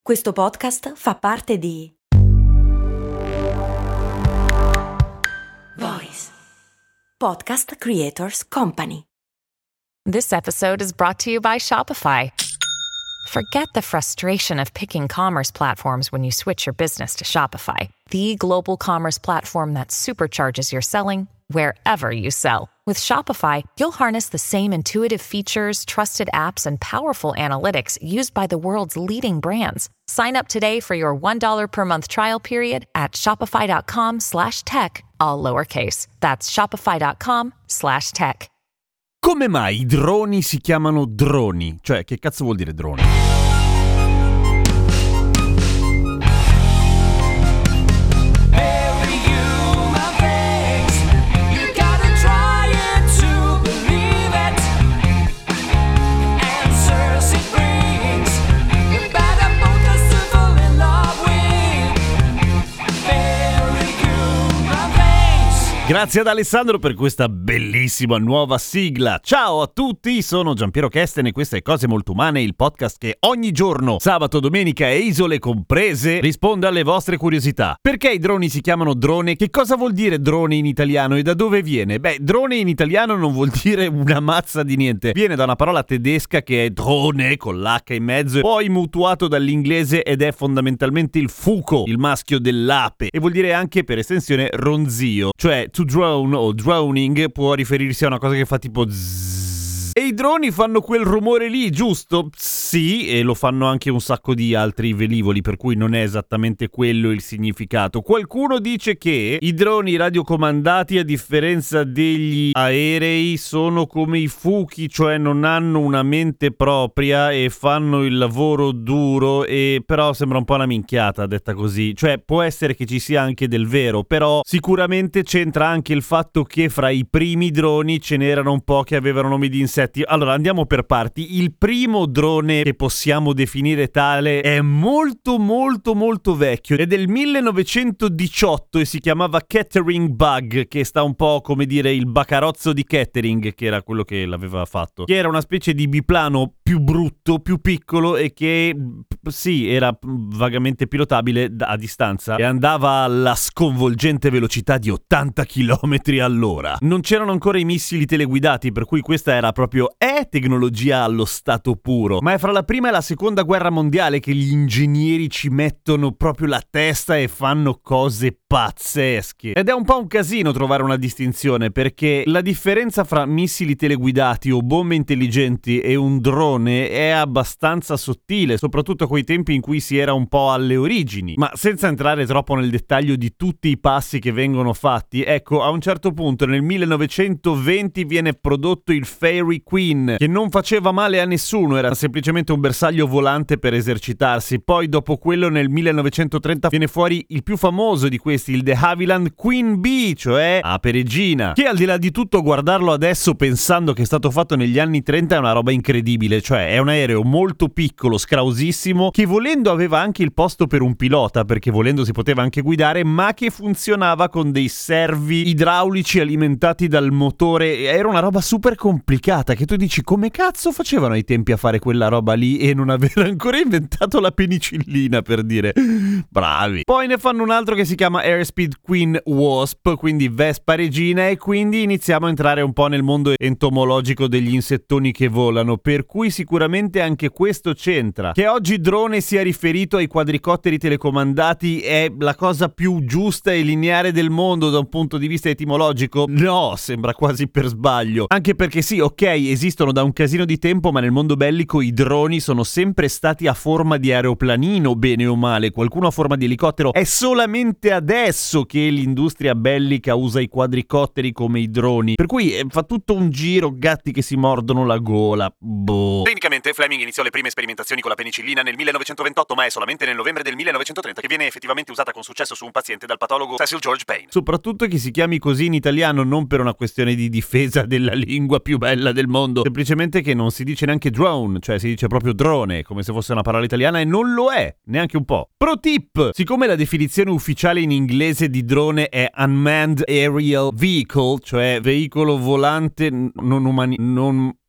Questo podcast fa parte di Voice Podcast Creators Company. This episode is brought to you by Shopify. Forget the frustration of picking commerce platforms when you switch your business to Shopify, the global commerce platform that supercharges your selling wherever you sell. With Shopify, you'll harness the same intuitive features, trusted apps, and powerful analytics used by the world's leading brands. Sign up today for your $1 per month trial period at shopify.com/tech, all lowercase. That's shopify.com/tech. Come mai i droni si chiamano droni? Cioè, che cazzo vuol dire droni? Grazie ad Alessandro per questa bellissima nuova sigla. Ciao a tutti, sono Giampiero Kesten e questa è Cose Molto Umane, il podcast che ogni giorno, sabato, domenica e isole comprese, risponde alle vostre curiosità. Perché i droni si chiamano drone? Che cosa vuol dire drone in italiano e da dove viene? Beh, drone in italiano non vuol dire una mazza di niente. Viene da una parola tedesca che è drone, con l'H in mezzo, poi mutuato dall'inglese ed è fondamentalmente il fuco, il maschio dell'ape, e vuol dire anche per estensione ronzio, cioè to drone o droning può riferirsi a una cosa che fa tipo zzz. E i droni fanno quel rumore lì, giusto? Sì, e lo fanno anche un sacco di altri velivoli, per cui non è esattamente quello il significato. Qualcuno dice che i droni radiocomandati, a differenza degli aerei, sono come i fuchi, cioè non hanno una mente propria e fanno il lavoro duro, e però sembra un po' una minchiata detta così. Cioè può essere che ci sia anche del vero, però sicuramente c'entra anche il fatto che fra i primi droni ce n'erano un po' che avevano nomi di insetti. Allora andiamo per parti. Il primo drone che possiamo definire tale è molto vecchio, è del 1918 e si chiamava Kettering Bug, che sta un po' come dire il bacarozzo di Kettering, che era quello che l'aveva fatto, che era una specie di biplano più brutto, più piccolo e che sì, era vagamente pilotabile a distanza e andava alla sconvolgente velocità di 80 km all'ora. Non c'erano ancora i missili teleguidati, per cui questa era proprio tecnologia allo stato puro, ma è fra la prima e la seconda guerra mondiale che gli ingegneri ci mettono proprio la testa e fanno cose pazzesche. Ed è un po' un casino trovare una distinzione, perché la differenza fra missili teleguidati o bombe intelligenti e un drone è abbastanza sottile, soprattutto a quei tempi in cui si era un po' alle origini. Ma senza entrare troppo nel dettaglio di tutti i passi che vengono fatti, ecco, a un certo punto nel 1920 viene prodotto il Fairy Queen, che non faceva male a nessuno, era semplicemente un bersaglio volante per esercitarsi. Poi dopo quello nel 1930 viene fuori il più famoso di questi, il De Havilland Queen Bee, cioè ape regina, che al di là di tutto guardarlo adesso pensando che è stato fatto negli anni 30 è una roba incredibile. Cioè è un aereo molto piccolo, scrausissimo, che volendo aveva anche il posto per un pilota, perché volendo si poteva anche guidare, ma che funzionava con dei servi idraulici alimentati dal motore. Era una roba super complicata che tu dici come cazzo facevano ai tempi a fare quella roba lì e non aver ancora inventato la penicillina, per dire. Bravi. Poi ne fanno un altro che si chiama Airspeed Queen Wasp, quindi Vespa regina, e quindi iniziamo a entrare un po' nel mondo entomologico degli insettoni che volano, per cui sicuramente anche questo c'entra. Che oggi drone sia riferito ai quadricotteri telecomandati è la cosa più giusta e lineare del mondo da un punto di vista etimologico? No, sembra quasi per sbaglio. Anche perché sì, ok, esistono da un casino di tempo, ma nel mondo bellico i droni sono sempre stati a forma di aeroplanino, bene o male. Qualcuno a forma di elicottero. È solamente adesso che l'industria bellica usa i quadricotteri come i droni, per cui fa tutto un giro, gatti che si mordono la gola. Boh. Tecnicamente Fleming iniziò le prime sperimentazioni con la penicillina nel 1928, ma è solamente nel novembre del 1930 che viene effettivamente usata con successo su un paziente dal patologo Cecil George Payne. Soprattutto che si chiami così in italiano non per una questione di difesa della lingua più bella del mondo, semplicemente che non si dice neanche drone, cioè si dice proprio drone, come se fosse una parola italiana, e non lo è, neanche un po'. Pro tip! Siccome la definizione ufficiale in inglese di drone è Unmanned Aerial Vehicle, cioè veicolo volante non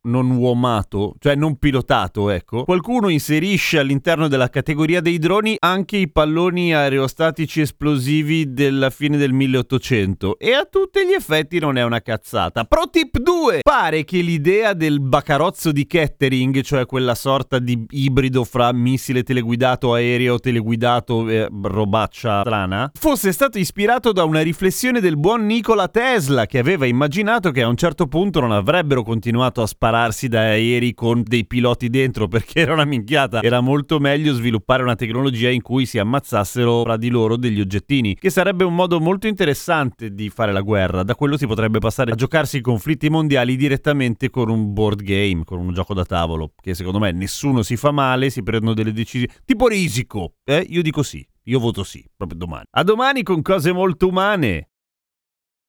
non uomato, cioè non pilotato, ecco, qualcuno inserisce all'interno della categoria dei droni anche i palloni aerostatici esplosivi della fine del 1800 e a tutti gli effetti non è una cazzata. Pro tip 2: pare che l'idea del bacarozzo di Kettering, cioè quella sorta di ibrido fra missile teleguidato, aereo teleguidato e robaccia strana, fosse stato ispirato da una riflessione del buon Nikola Tesla, che aveva immaginato che a un certo punto non avrebbero continuato a spararsi da aerei con dei piloti dentro, perché era una minchiata. Era molto meglio sviluppare una tecnologia in cui si ammazzassero fra di loro degli oggettini, che sarebbe un modo molto interessante di fare la guerra. Da quello si potrebbe passare a giocarsi i conflitti mondiali direttamente con un board game, con un gioco da tavolo, che secondo me nessuno si fa male, si prendono delle decisioni tipo risico. Io dico sì, io voto sì, proprio domani. A domani con cose molto umane.